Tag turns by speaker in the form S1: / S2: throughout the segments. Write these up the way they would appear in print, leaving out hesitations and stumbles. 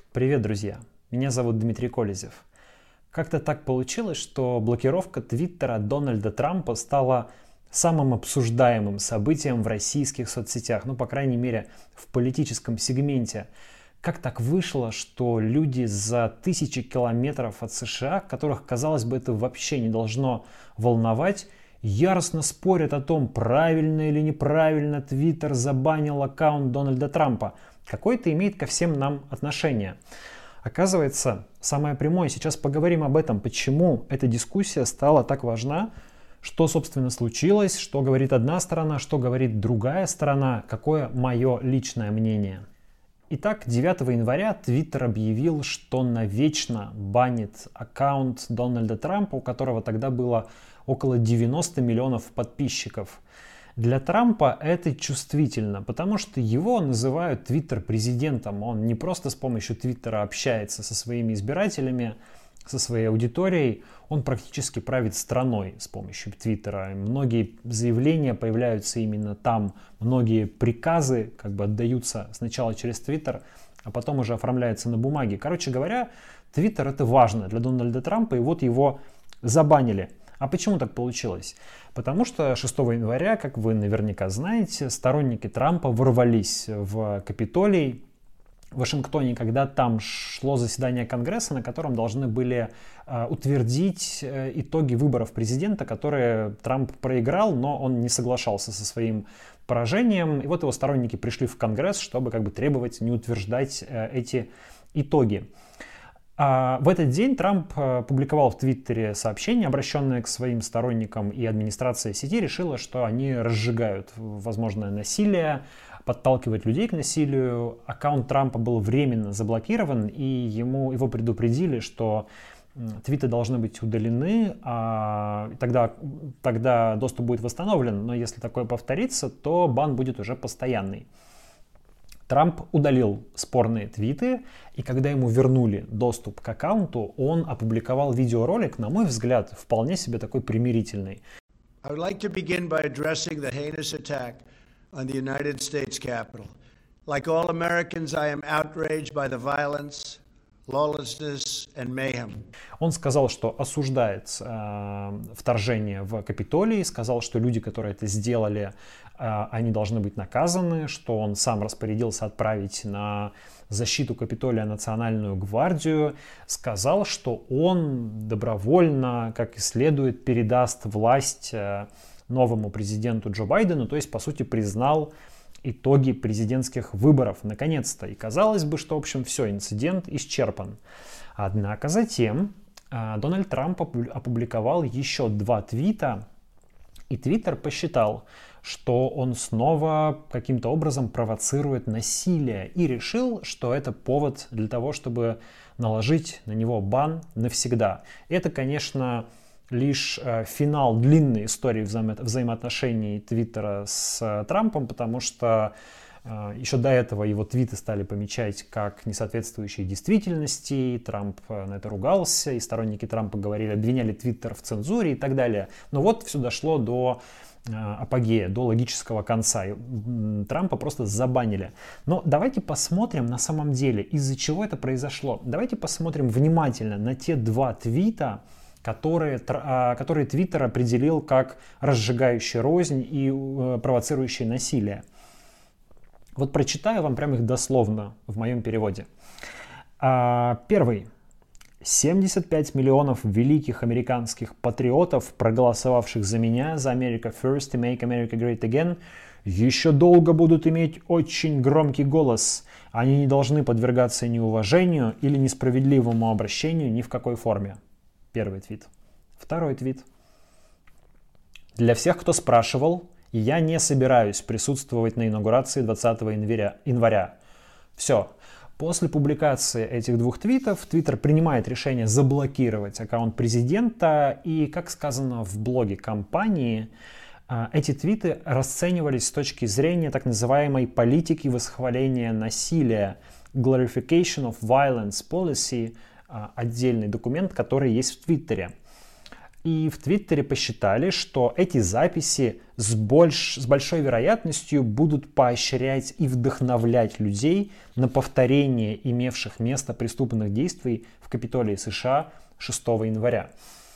S1: Привет, друзья! Меня зовут Дмитрий Колезев. Как-то так получилось, что блокировка Твиттера Дональда Трампа стала самым обсуждаемым событием в российских соцсетях, ну, по крайней мере, в политическом сегменте. Как так вышло, что люди за тысячи километров от США, которых, казалось бы, это вообще не должно волновать, яростно спорят о том, правильно или неправильно Твиттер забанил аккаунт Дональда Трампа. Какое это имеет ко всем нам отношение? Оказывается, самое прямое, сейчас поговорим об этом, почему эта дискуссия стала так важна, что, собственно, случилось, что говорит одна сторона, что говорит другая сторона, какое мое личное мнение. Итак, 9 января Твиттер объявил, что навечно банит аккаунт Дональда Трампа, у которого тогда было около 90 миллионов подписчиков. Для Трампа это чувствительно, потому что его называют Твиттер-президентом. Он не просто с помощью Твиттера общается со своими избирателями, со своей аудиторией, он практически правит страной с помощью Твиттера. Многие заявления появляются именно там, многие приказы как бы отдаются сначала через Твиттер, а потом уже оформляются на бумаге. Короче говоря, Твиттер это важно для Дональда Трампа, и вот его забанили. А почему так получилось? Потому что 6 января, как вы наверняка знаете, сторонники Трампа ворвались в Капитолий в Вашингтоне, когда там шло заседание Конгресса, на котором должны были утвердить итоги выборов президента, которые Трамп проиграл, но он не соглашался со своим поражением. И вот его сторонники пришли в Конгресс, чтобы как бы требовать не утверждать эти итоги. В этот день Трамп публиковал в Твиттере сообщение, обращенное к своим сторонникам, и администрация сети решила, что они разжигают возможное насилие, подталкивают людей к насилию. Аккаунт Трампа был временно заблокирован, и его предупредили, что твиты должны быть удалены, а тогда доступ будет восстановлен, но если такое повторится, то бан будет уже постоянный. Трамп удалил спорные твиты, и когда ему вернули доступ к аккаунту, он опубликовал видеоролик, на мой взгляд, вполне себе такой примирительный.
S2: I would like to begin by addressing the heinous attack on the United States Capitol. Like all Americans, I am outraged by the violence, lawlessness and mayhem.
S1: Он сказал, что осуждает вторжение в Капитолий, сказал, что люди, которые это сделали, они должны быть наказаны, что он сам распорядился отправить на защиту Капитолия Национальную гвардию, сказал, что он добровольно, как и следует, передаст власть новому президенту Джо Байдену, то есть, по сути, признал итоги президентских выборов, наконец-то. И казалось бы, что, в общем, все, инцидент исчерпан. Однако затем Дональд Трамп опубликовал еще 2 твита, и Твиттер посчитал, что он снова каким-то образом провоцирует насилие, и решил, что это повод для того, чтобы наложить на него бан навсегда. Это, конечно, лишь финал длинной истории взаимоотношений Твиттера с Трампом, потому что еще до этого его твиты стали помечать как несоответствующие действительности, Трамп на это ругался, и сторонники Трампа говорили, обвиняли Твиттер в цензуре и так далее. Но вот все дошло до апогея, до логического конца. И Трампа просто забанили. Но давайте посмотрим на самом деле, из-за чего это произошло. Давайте посмотрим внимательно на те 2 твита, которые Твиттер определил как разжигающие рознь и провоцирующие насилие. Вот прочитаю вам прямо их дословно в моем переводе. Первый. 75 миллионов великих американских патриотов, проголосовавших за меня, за America First и Make America Great Again, еще долго будут иметь очень громкий голос. Они не должны подвергаться неуважению или несправедливому обращению ни в какой форме. Первый твит. Второй твит. Для всех, кто спрашивал, я не собираюсь присутствовать на инаугурации 20 января. Все. После публикации этих 2 твитов Твиттер принимает решение заблокировать аккаунт президента, и, как сказано в блоге компании, эти твиты расценивались с точки зрения так называемой политики восхваления насилия, Glorification of Violence Policy, отдельный документ, который есть в Твиттере. И в Твиттере посчитали, что эти записи с большой вероятностью будут поощрять и вдохновлять людей на повторение имевших место преступных действий в Капитолии США 6 января.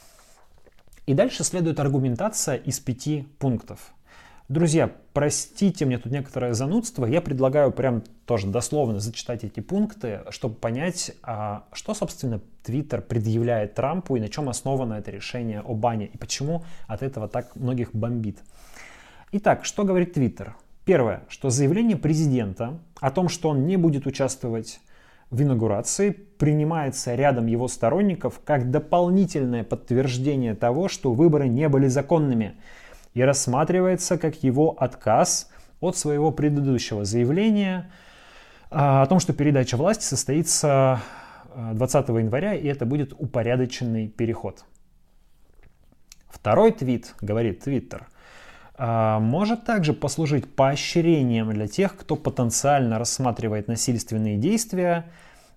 S1: И дальше следует аргументация из 5 пунктов. Друзья, простите мне тут некоторое занудство, я предлагаю прям тоже дословно зачитать эти пункты, чтобы понять, что, собственно, Твиттер предъявляет Трампу и на чем основано это решение о бане, и почему от этого так многих бомбит. Итак, что говорит Твиттер? Первое, что заявление президента о том, что он не будет участвовать в инаугурации, принимается рядом его сторонников как дополнительное подтверждение того, что выборы не были законными, и рассматривается как его отказ от своего предыдущего заявления о том, что передача власти состоится 20 января, и это будет упорядоченный переход. Второй твит, говорит Твиттер, может также послужить поощрением для тех, кто потенциально рассматривает насильственные действия,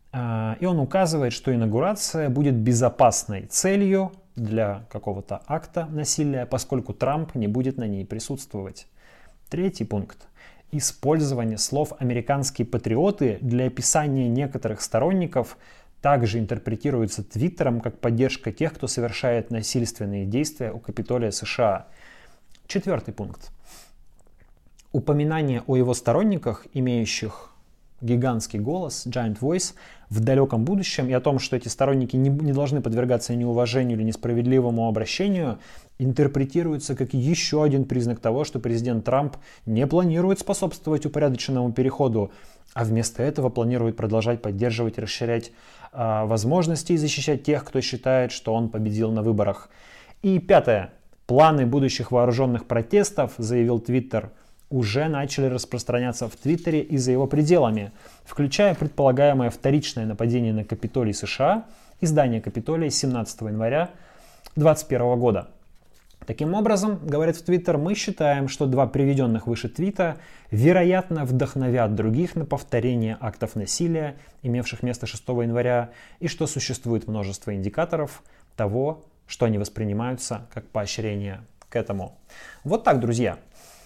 S1: и он указывает, что инаугурация будет безопасной целью для какого-то акта насилия, поскольку Трамп не будет на ней присутствовать. Третий пункт. Использование слов «американские патриоты» для описания некоторых сторонников также интерпретируется Твиттером как поддержка тех, кто совершает насильственные действия у Капитолия США. Четвертый пункт. Упоминание о его сторонниках, имеющих гигантский голос, giant voice, в далеком будущем и о том, что эти сторонники не должны подвергаться неуважению или несправедливому обращению, интерпретируется как еще один признак того, что президент Трамп не планирует способствовать упорядоченному переходу, а вместо этого планирует продолжать поддерживать и расширять возможности и защищать тех, кто считает, что он победил на выборах. И пятое. Планы будущих вооруженных протестов, заявил Твиттер, уже начали распространяться в Твиттере и за его пределами, включая предполагаемое вторичное нападение на Капитолий США и здание Капитолия 17 января 2021 года. Таким образом, говорят в Твиттер, мы считаем, что 2 приведенных выше твита, вероятно, вдохновят других на повторение актов насилия, имевших место 6 января, и что существует множество индикаторов того, что они воспринимаются как поощрение к этому. Вот так, друзья.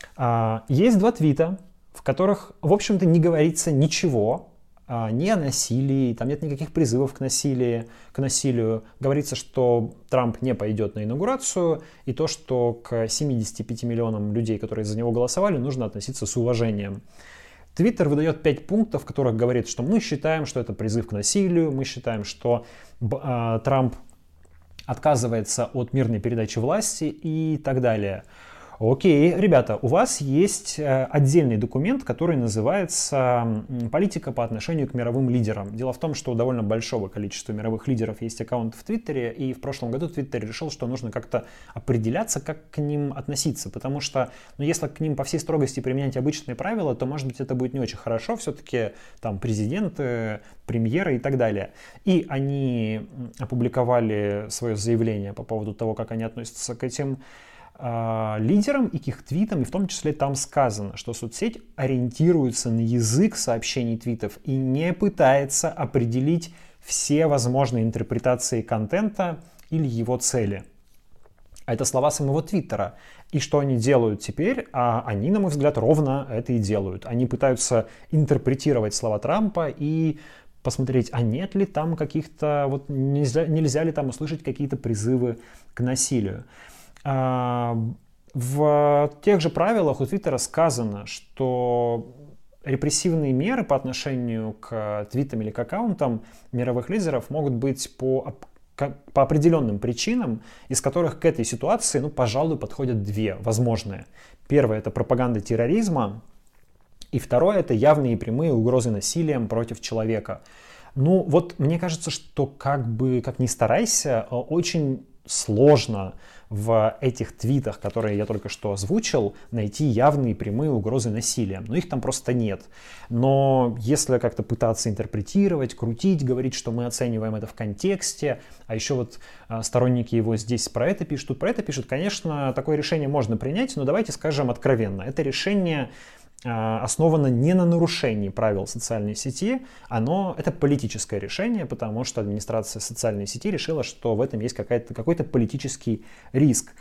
S1: Есть 2 твита, в которых, в общем-то, не говорится ничего ни о насилии, там нет никаких призывов к насилию. Говорится, что Трамп не пойдет на инаугурацию, и то, что к 75 миллионам людей, которые за него голосовали, нужно относиться с уважением. Твиттер выдает 5 пунктов, в которых говорит, что мы считаем, что это призыв к насилию, мы считаем, что Трамп отказывается от мирной передачи власти и так далее. Окей, ребята, у вас есть отдельный документ, который называется «Политика по отношению к мировым лидерам». Дело в том, что у довольно большого количества мировых лидеров есть аккаунты в Твиттере, и в прошлом году Твиттер решил, что нужно как-то определяться, как к ним относиться, потому что, если к ним по всей строгости применять обычные правила, то, может быть, это будет не очень хорошо, все-таки там президенты, премьеры и так далее. И они опубликовали свое заявление по поводу того, как они относятся к этим лидерам и к их твитам, и в том числе там сказано, что соцсеть ориентируется на язык сообщений твитов и не пытается определить все возможные интерпретации контента или его цели. А это слова самого Твиттера. И что они делают теперь? Они, на мой взгляд, ровно это и делают. Они пытаются интерпретировать слова Трампа и посмотреть, а нет ли там каких-то, нельзя ли там услышать какие-то призывы к насилию. В тех же правилах у Твиттера сказано, что репрессивные меры по отношению к твитам или к аккаунтам мировых лидеров могут быть по определенным причинам, из которых к этой ситуации, пожалуй, подходят 2 возможные. Первое — это пропаганда терроризма, и второе — это явные и прямые угрозы насилием против человека. Мне кажется, что как ни старайся, очень сложно в этих твитах, которые я только что озвучил, найти явные прямые угрозы насилием. Их там просто нет. Но если как-то пытаться интерпретировать, крутить, говорить, что мы оцениваем это в контексте, а еще сторонники его здесь про это пишут, конечно, такое решение можно принять, но давайте скажем откровенно. Это решение основано не на нарушении правил социальной сети, это политическое решение, потому что администрация социальной сети решила, что в этом есть какой-то политический риск.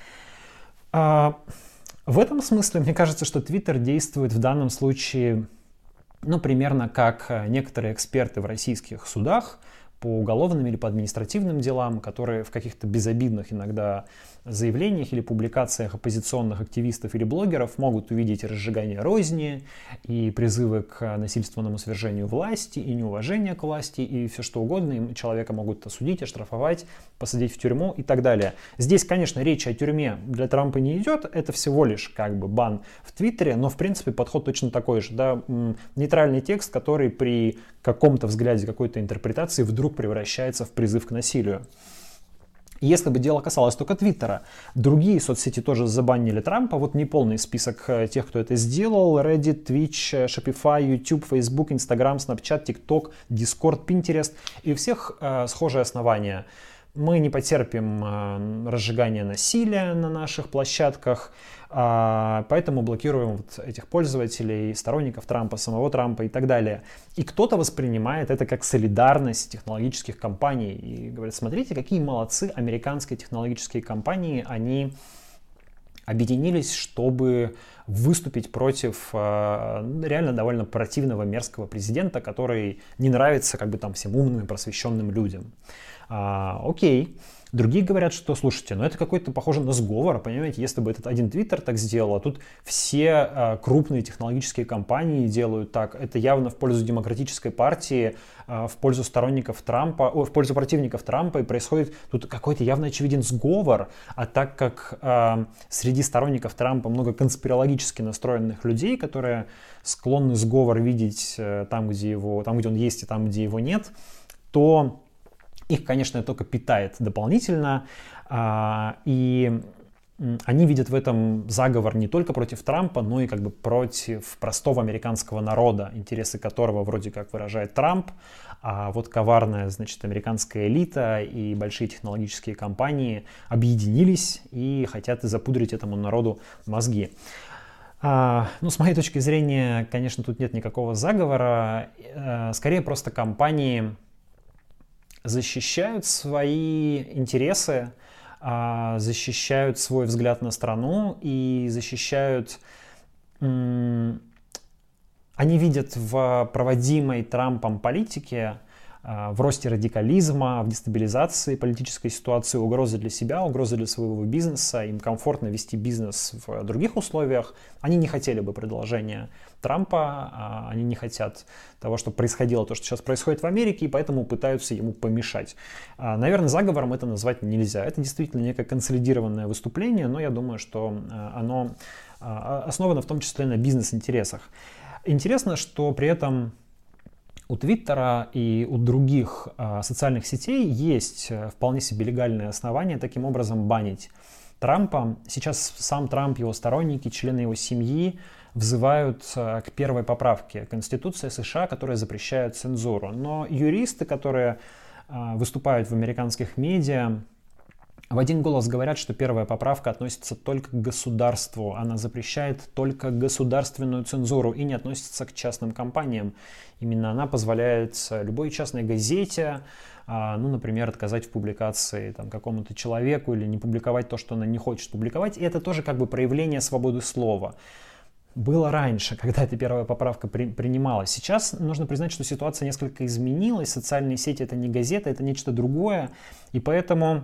S1: В этом смысле, мне кажется, что Twitter действует в данном случае, примерно как некоторые эксперты в российских судах по уголовным или по административным делам, которые в каких-то безобидных иногда заявлениях или публикациях оппозиционных активистов или блогеров могут увидеть разжигание розни и призывы к насильственному свержению власти и неуважение к власти и все что угодно. И человека могут осудить, оштрафовать, посадить в тюрьму и так далее. Здесь, конечно, речь о тюрьме для Трампа не идет. Это всего лишь бан в Твиттере, но в принципе подход точно такой же. Да? Нейтральный текст, который при каком-то взгляде, какой-то интерпретации вдруг превращается в призыв к насилию. Если бы дело касалось только Твиттера, другие соцсети тоже забанили Трампа. Вот неполный список тех, кто это сделал. Reddit, Twitch, Shopify, YouTube, Facebook, Instagram, Snapchat, TikTok, Discord, Pinterest. И у всех схожие основания. Мы не потерпим разжигания насилия на наших площадках, поэтому блокируем этих пользователей, сторонников Трампа, самого Трампа и так далее. И кто-то воспринимает это как солидарность технологических компаний и говорит: смотрите, какие молодцы американские технологические компании, они объединились, чтобы выступить против реально довольно противного, мерзкого президента, который не нравится всем умным и просвещенным людям. Окей. Другие говорят, что, слушайте, это какой-то похоже на сговор, понимаете, если бы этот один Твиттер так сделал, а тут все крупные технологические компании делают так, это явно в пользу демократической партии, в пользу сторонников Трампа, в пользу противников Трампа, и происходит тут какой-то явно очевиден сговор, а так как среди сторонников Трампа много конспирологически настроенных людей, которые склонны сговор видеть там, где он есть, и там, где его нет, то их, конечно, это только питает дополнительно, и они видят в этом заговор не только против Трампа, но и против простого американского народа, интересы которого вроде как выражает Трамп, а вот коварная, американская элита и большие технологические компании объединились и хотят запудрить этому народу мозги. С моей точки зрения, конечно, тут нет никакого заговора, скорее просто компании защищают свои интересы, защищают свой взгляд на страну и защищают... Они видят в проводимой Трампом политике, в росте радикализма, в дестабилизации политической ситуации угрозы для себя, угрозы для своего бизнеса. Им комфортно вести бизнес в других условиях. Они не хотели бы продолжения Трампа, они не хотят того, чтобы происходило то, что сейчас происходит в Америке, и поэтому пытаются ему помешать. Наверное, заговором это назвать нельзя. Это действительно некое консолидированное выступление, но я думаю, что оно основано в том числе на бизнес-интересах. Интересно, что при этом у Твиттера и у других социальных сетей есть вполне себе легальные основания таким образом банить Трампа. Сейчас сам Трамп, его сторонники, члены его семьи взывают к первой поправке Конституции США, которая запрещает цензуру. Но юристы, которые выступают в американских медиа, в один голос говорят, что первая поправка относится только к государству. Она запрещает только государственную цензуру и не относится к частным компаниям. Именно она позволяет любой частной газете, например, отказать в публикации какому-то человеку или не публиковать то, что она не хочет публиковать. И это тоже проявление свободы слова. Было раньше, когда эта первая поправка принималась. Сейчас нужно признать, что ситуация несколько изменилась. Социальные сети — это не газета, это нечто другое. И поэтому...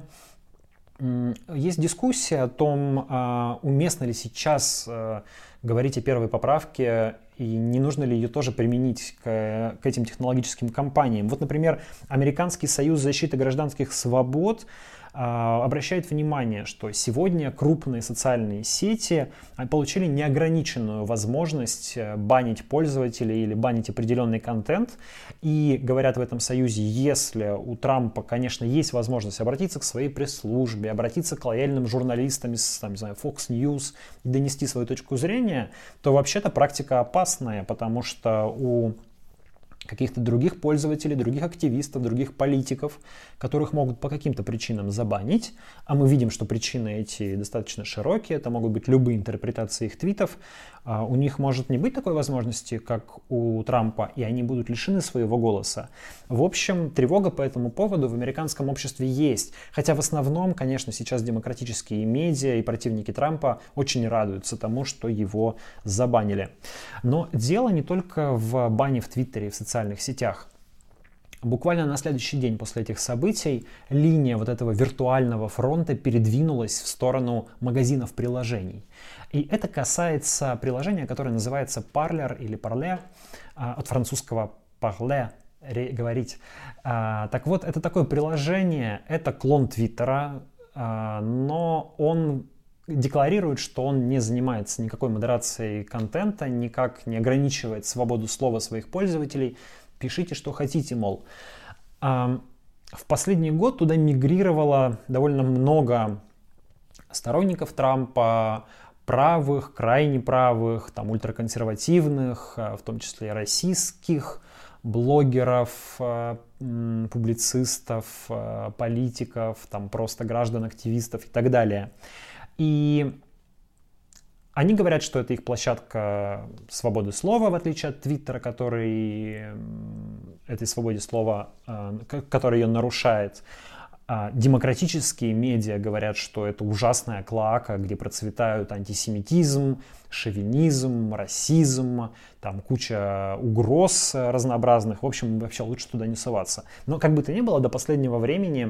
S1: Есть дискуссия о том, уместно ли сейчас говорить о первой поправке и не нужно ли ее тоже применить к этим технологическим компаниям. Вот, например, Американский союз защиты гражданских свобод обращает внимание, что сегодня крупные социальные сети получили неограниченную возможность банить пользователей или банить определенный контент. И говорят в этом союзе, если у Трампа, конечно, есть возможность обратиться к своей пресс-службе, обратиться к лояльным журналистам из, Fox News и донести свою точку зрения, то вообще-то практика опасная, потому что у каких-то других пользователей, других активистов, других политиков, которых могут по каким-то причинам забанить, а мы видим, что причины эти достаточно широкие, это могут быть любые интерпретации их твитов, у них может не быть такой возможности, как у Трампа, и они будут лишены своего голоса. В общем, тревога по этому поводу в американском обществе есть, хотя в основном, конечно, сейчас демократические медиа и противники Трампа очень радуются тому, что его забанили. Но дело не только в бане в Твиттере и в социальных сетях. Буквально на следующий день после этих событий линия вот этого виртуального фронта передвинулась в сторону магазинов приложений. И это касается приложения, которое называется Parler или Parler, от французского parler, говорить. Так вот, это такое приложение, это клон Твиттера, но он декларирует, что он не занимается никакой модерацией контента, никак не ограничивает свободу слова своих пользователей. Пишите, что хотите, мол. В последний год туда мигрировало довольно много сторонников Трампа, правых, крайне правых, там, ультраконсервативных, в том числе и российских блогеров, публицистов, политиков, там, просто граждан, активистов и так далее. И они говорят, что это их площадка свободы слова, в отличие от Твиттера, который этой свободе слова, который ее нарушает. Демократические медиа говорят, что это ужасная клоака, где процветают антисемитизм, шовинизм, расизм, там куча угроз разнообразных. В общем, вообще лучше туда не соваться. Но как бы то ни было, до последнего времени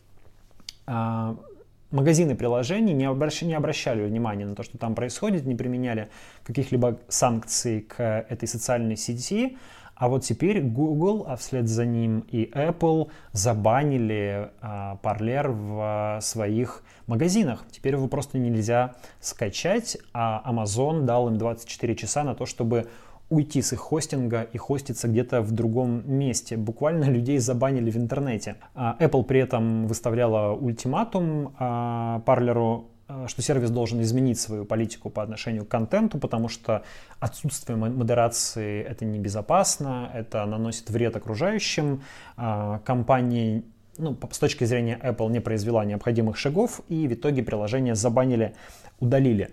S1: магазины приложений не обращали внимания на то, что там происходит, не применяли каких-либо санкций к этой социальной сети. А вот теперь Google, а вслед за ним и Apple забанили Parler в своих магазинах. Теперь его просто нельзя скачать, а Amazon дал им 24 часа на то, чтобы уйти с их хостинга и хоститься где-то в другом месте. Буквально людей забанили в интернете. Apple при этом выставляла ультиматум Parler'у, что сервис должен изменить свою политику по отношению к контенту, потому что отсутствие модерации — это небезопасно, это наносит вред окружающим. Компания, с точки зрения Apple, не произвела необходимых шагов, и в итоге приложение забанили, удалили.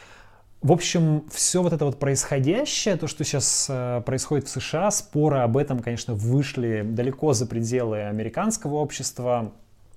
S1: В общем, все вот это вот происходящее, то, что сейчас происходит в США, споры об этом, конечно, вышли далеко за пределы американского общества.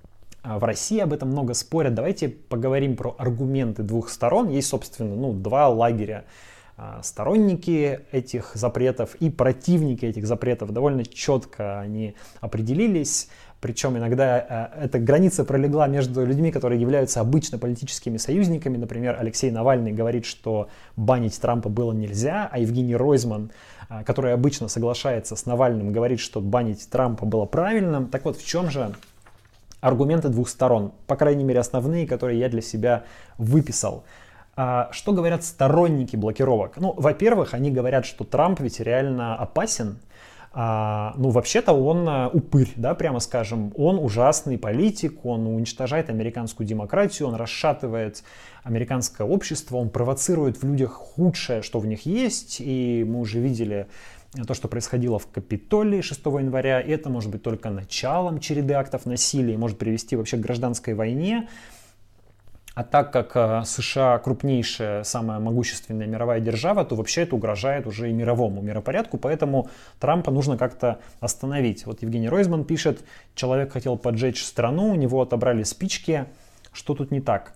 S1: В России об этом много спорят. Давайте поговорим про аргументы двух сторон. Есть, собственно, два лагеря. Сторонники этих запретов и противники этих запретов. Довольно четко они определились. Причем иногда эта граница пролегла между людьми, которые являются обычно политическими союзниками. Например, Алексей Навальный говорит, что банить Трампа было нельзя, а Евгений Ройзман, который обычно соглашается с Навальным, говорит, что банить Трампа было правильным. Так вот, в чем же аргументы двух сторон? По крайней мере, основные, которые я для себя выписал. Что говорят сторонники блокировок? Во-первых, они говорят, что Трамп ведь реально опасен. Вообще-то он упырь, да, прямо скажем. Он ужасный политик, он уничтожает американскую демократию, он расшатывает американское общество, он провоцирует в людях худшее, что в них есть. И мы уже видели то, что происходило в Капитолии 6 января. И это может быть только началом череды актов насилия, может привести вообще к гражданской войне. А так как США крупнейшая, самая могущественная мировая держава, то вообще это угрожает уже и мировому миропорядку, поэтому Трампа нужно как-то остановить. Вот Евгений Ройзман пишет: человек хотел поджечь страну, у него отобрали спички, что тут не так?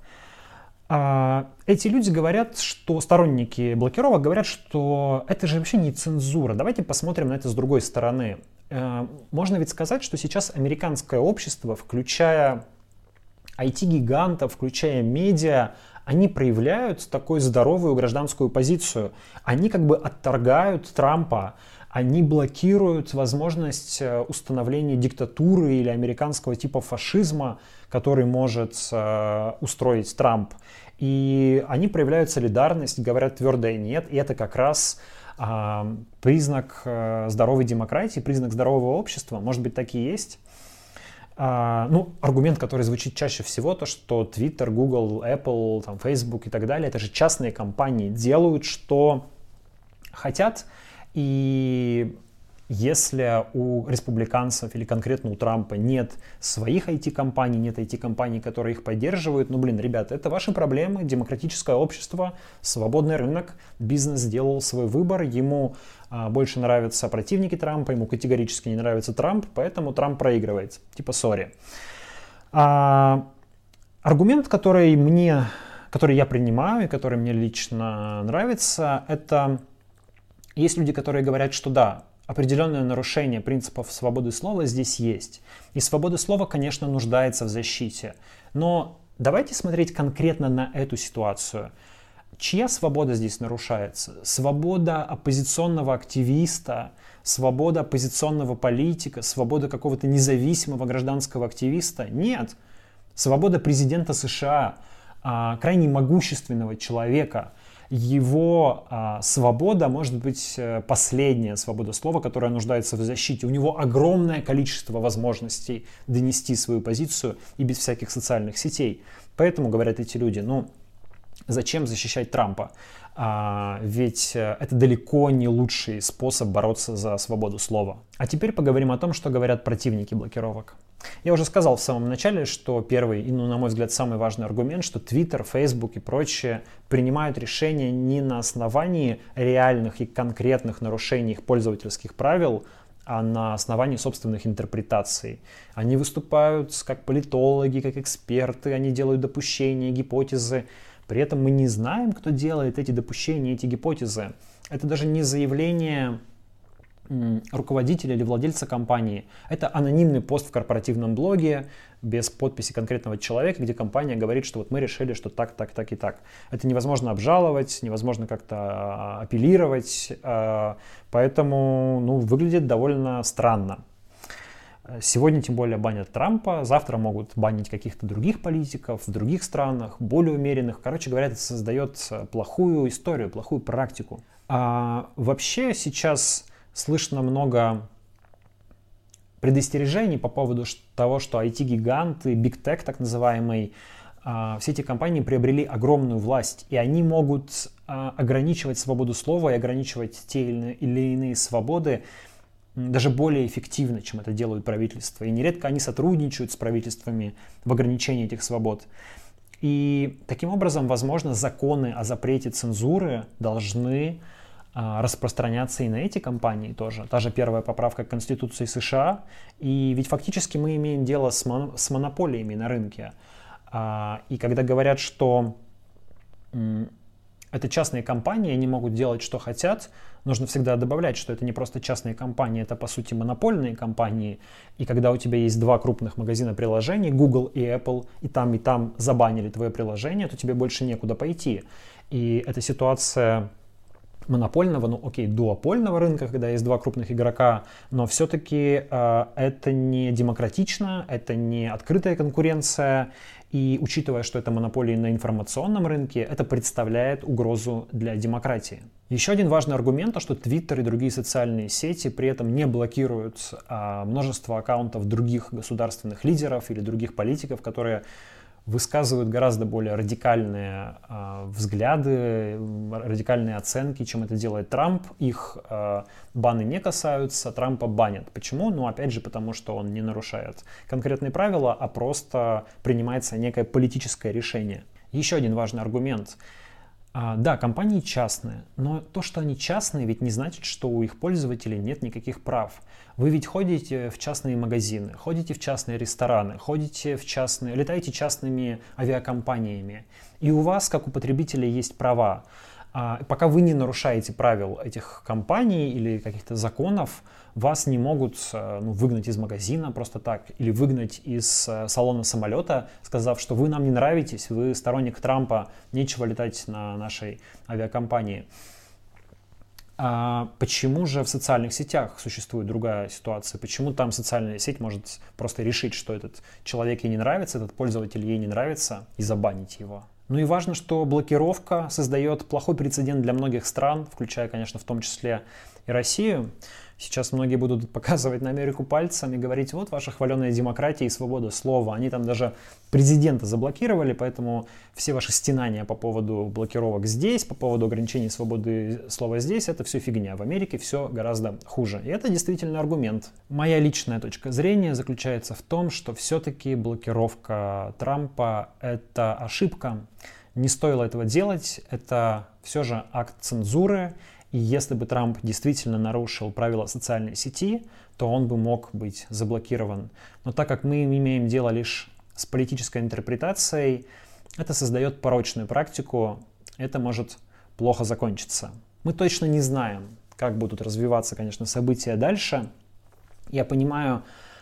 S1: Эти люди говорят, что сторонники блокировок говорят, что это же вообще не цензура. Давайте посмотрим на это с другой стороны. Можно ведь сказать, что сейчас американское общество, включая IT-гигантов, включая медиа, они проявляют такую здоровую гражданскую позицию. Они как бы отторгают Трампа, они блокируют возможность установления диктатуры или американского типа фашизма, который может устроить Трамп. И они проявляют солидарность, говорят твердое «нет», и это как раз признак здоровой демократии, признак здорового общества. Может быть, так и есть. Аргумент, который звучит чаще всего, то, что Twitter, Google, Apple, Facebook и так далее, это же частные компании, делают, что хотят, и Если у республиканцев или конкретно у Трампа нет своих IT-компаний, нет IT-компаний, которые их поддерживают, ребята, это ваши проблемы, демократическое общество, свободный рынок, бизнес сделал свой выбор, ему больше нравятся противники Трампа, ему категорически не нравится Трамп, поэтому Трамп проигрывает. Сори. Аргумент, который я принимаю и который мне лично нравится, это есть люди, которые говорят, что да, определенное нарушение принципов свободы слова здесь есть. И свобода слова, конечно, нуждается в защите. Но давайте смотреть конкретно на эту ситуацию. Чья свобода здесь нарушается? Свобода оппозиционного активиста, свобода оппозиционного политика, свобода какого-то независимого гражданского активиста? Нет. Свобода президента США, крайне могущественного человека. Его свобода может быть последняя свобода слова, которая нуждается в защите. У него огромное количество возможностей донести свою позицию и без всяких социальных сетей. Поэтому, говорят эти люди, зачем защищать Трампа? Ведь это далеко не лучший способ бороться за свободу слова. А теперь поговорим о том, что говорят противники блокировок. Я уже сказал в самом начале, что первый и, на мой взгляд, самый важный аргумент, что Twitter, Facebook и прочее принимают решения не на основании реальных и конкретных нарушений их пользовательских правил, а на основании собственных интерпретаций. Они выступают как политологи, как эксперты, они делают допущения, гипотезы. При этом мы не знаем, кто делает эти допущения, эти гипотезы. Это даже не заявление руководителя или владельца компании. Это анонимный пост в корпоративном блоге без подписи конкретного человека, где компания говорит, что вот мы решили, что так, так, так и так. Это невозможно обжаловать, невозможно как-то апеллировать, поэтому выглядит довольно странно. Сегодня тем более банят Трампа, завтра могут банить каких-то других политиков в других странах, более умеренных. Короче говоря, это создает плохую историю, плохую практику. Вообще сейчас слышно много предостережений по поводу того, что IT-гиганты, Big Tech так называемый, все эти компании приобрели огромную власть, и они могут ограничивать свободу слова и ограничивать те или иные свободы даже более эффективно, чем это делают правительства. И нередко они сотрудничают с правительствами в ограничении этих свобод. И таким образом, возможно, законы о запрете цензуры должны распространяться и на эти компании тоже. Та же первая поправка к Конституции США. И ведь фактически мы имеем дело с монополиями на рынке. И когда говорят, что это частные компании, они могут делать, что хотят, нужно всегда добавлять, что это не просто частные компании, это по сути монопольные компании. И когда у тебя есть два крупных магазина приложений, Google и Apple, и там забанили твое приложение, то тебе больше некуда пойти. И эта ситуация монопольного, дуопольного рынка, когда есть два крупных игрока, но все-таки это не демократично, это не открытая конкуренция, и учитывая, что это монополии на информационном рынке, это представляет угрозу для демократии. Еще один важный аргумент, то что Twitter и другие социальные сети при этом не блокируют множество аккаунтов других государственных лидеров или других политиков, которые высказывают гораздо более радикальные взгляды, радикальные оценки, чем это делает Трамп. Их баны не касаются, Трампа банят. Почему? Опять же, потому что он не нарушает конкретные правила, а просто принимается некое политическое решение. Еще один важный аргумент. Да, компании частные, но то, что они частные, ведь не значит, что у их пользователей нет никаких прав. Вы ведь ходите в частные магазины, ходите в частные рестораны, летаете частными авиакомпаниями. И у вас, как у потребителя, есть права. Пока вы не нарушаете правил этих компаний или каких-то законов, вас не могут выгнать из магазина просто так или выгнать из салона самолета, сказав, что вы нам не нравитесь, вы сторонник Трампа, нечего летать на нашей авиакомпании. Почему же в социальных сетях существует другая ситуация? Почему там социальная сеть может просто решить, что этот человек ей не нравится, этот пользователь ей не нравится, и забанить его? И важно, что блокировка создает плохой прецедент для многих стран, включая, конечно, в том числе и Россию. Сейчас многие будут показывать на Америку пальцем и говорить: вот ваша хваленая демократия и свобода слова. Они там даже президента заблокировали, поэтому все ваши стенания по поводу блокировок здесь, по поводу ограничений свободы слова здесь, это все фигня. В Америке все гораздо хуже. И это действительно аргумент. Моя личная точка зрения заключается в том, что все-таки блокировка Трампа — это ошибка. Не стоило этого делать. Это все же акт цензуры. И если бы Трамп действительно нарушил правила социальной сети, то он бы мог быть заблокирован. Но так как мы имеем дело лишь с политической интерпретацией, это создает порочную практику, это может плохо закончиться. Мы точно не знаем, как будут развиваться, конечно, события дальше. Я понимаю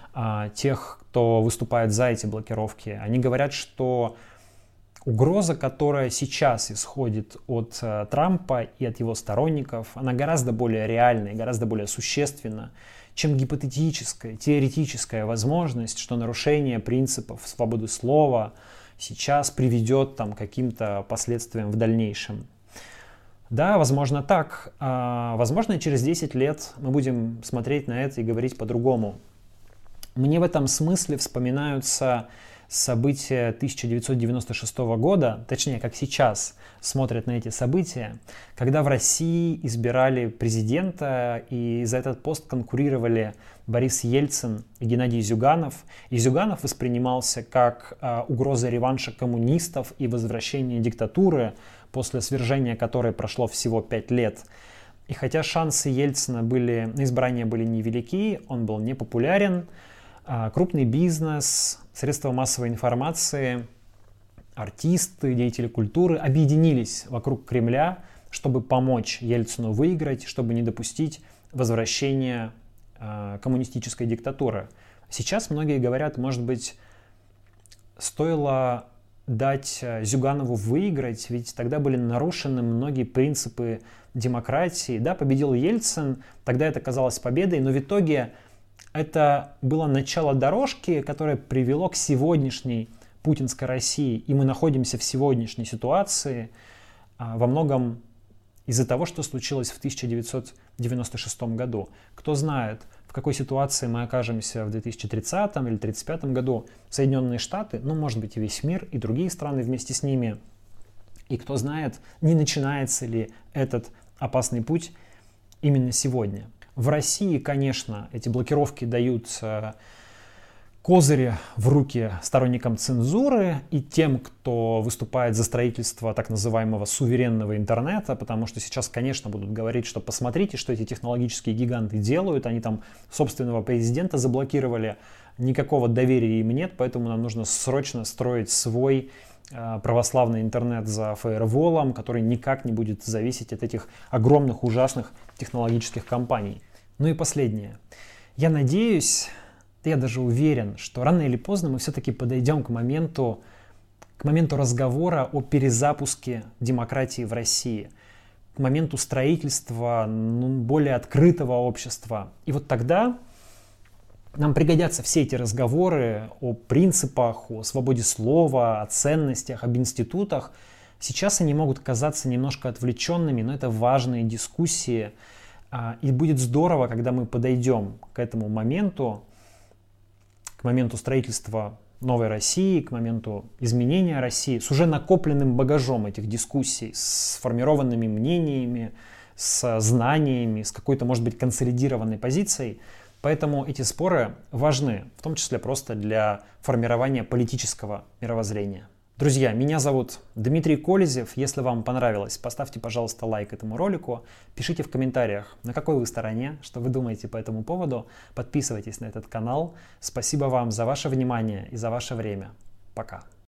S1: тех, кто выступает за эти блокировки. Они говорят, что угроза, которая сейчас исходит от Трампа и от его сторонников, она гораздо более реальна и гораздо более существенна, чем гипотетическая, теоретическая возможность, что нарушение принципов свободы слова сейчас приведет к каким-то последствиям в дальнейшем. Да, возможно так. Возможно, через 10 лет мы будем смотреть на это и говорить по-другому. Мне в этом смысле вспоминаются события 1996 года, точнее, как сейчас смотрят на эти события, когда в России избирали президента, и за этот пост конкурировали Борис Ельцин и Геннадий Зюганов. И Зюганов воспринимался как угроза реванша коммунистов и возвращения диктатуры, после свержения которой прошло всего 5 лет. И хотя шансы Ельцина на избрание были невелики, он был непопулярен, крупный бизнес, средства массовой информации, артисты, деятели культуры объединились вокруг Кремля, чтобы помочь Ельцину выиграть, чтобы не допустить возвращения коммунистической диктатуры. Сейчас многие говорят, может быть, стоило дать Зюганову выиграть, ведь тогда были нарушены многие принципы демократии. Да, победил Ельцин, тогда это казалось победой, но в итоге это было начало дорожки, которое привело к сегодняшней путинской России. И мы находимся в сегодняшней ситуации во многом из-за того, что случилось в 1996 году. Кто знает, в какой ситуации мы окажемся в 2030 или 2035 году. Соединенные Штаты, может быть, и весь мир, и другие страны вместе с ними. И кто знает, не начинается ли этот опасный путь именно сегодня. В России, конечно, эти блокировки дают козыри в руки сторонникам цензуры и тем, кто выступает за строительство так называемого суверенного интернета, потому что сейчас, конечно, будут говорить, что посмотрите, что эти технологические гиганты делают, они там собственного президента заблокировали, никакого доверия им нет, поэтому нам нужно срочно строить свой православный интернет за фаерволом, который никак не будет зависеть от этих огромных, ужасных технологических компаний. Ну и последнее. Я надеюсь, я даже уверен, что рано или поздно мы все-таки подойдем к моменту разговора о перезапуске демократии в России, к моменту строительства более открытого общества. И вот тогда нам пригодятся все эти разговоры о принципах, о свободе слова, о ценностях, об институтах. Сейчас они могут казаться немножко отвлеченными, но это важные дискуссии. И будет здорово, когда мы подойдем к этому моменту, к моменту строительства новой России, к моменту изменения России, с уже накопленным багажом этих дискуссий, с сформированными мнениями, с знаниями, с какой-то, может быть, консолидированной позицией. Поэтому эти споры важны, в том числе просто для формирования политического мировоззрения. Друзья, меня зовут Дмитрий Колезев. Если вам понравилось, поставьте, пожалуйста, лайк этому ролику. Пишите в комментариях, на какой вы стороне, что вы думаете по этому поводу. Подписывайтесь на этот канал. Спасибо вам за ваше внимание и за ваше время. Пока.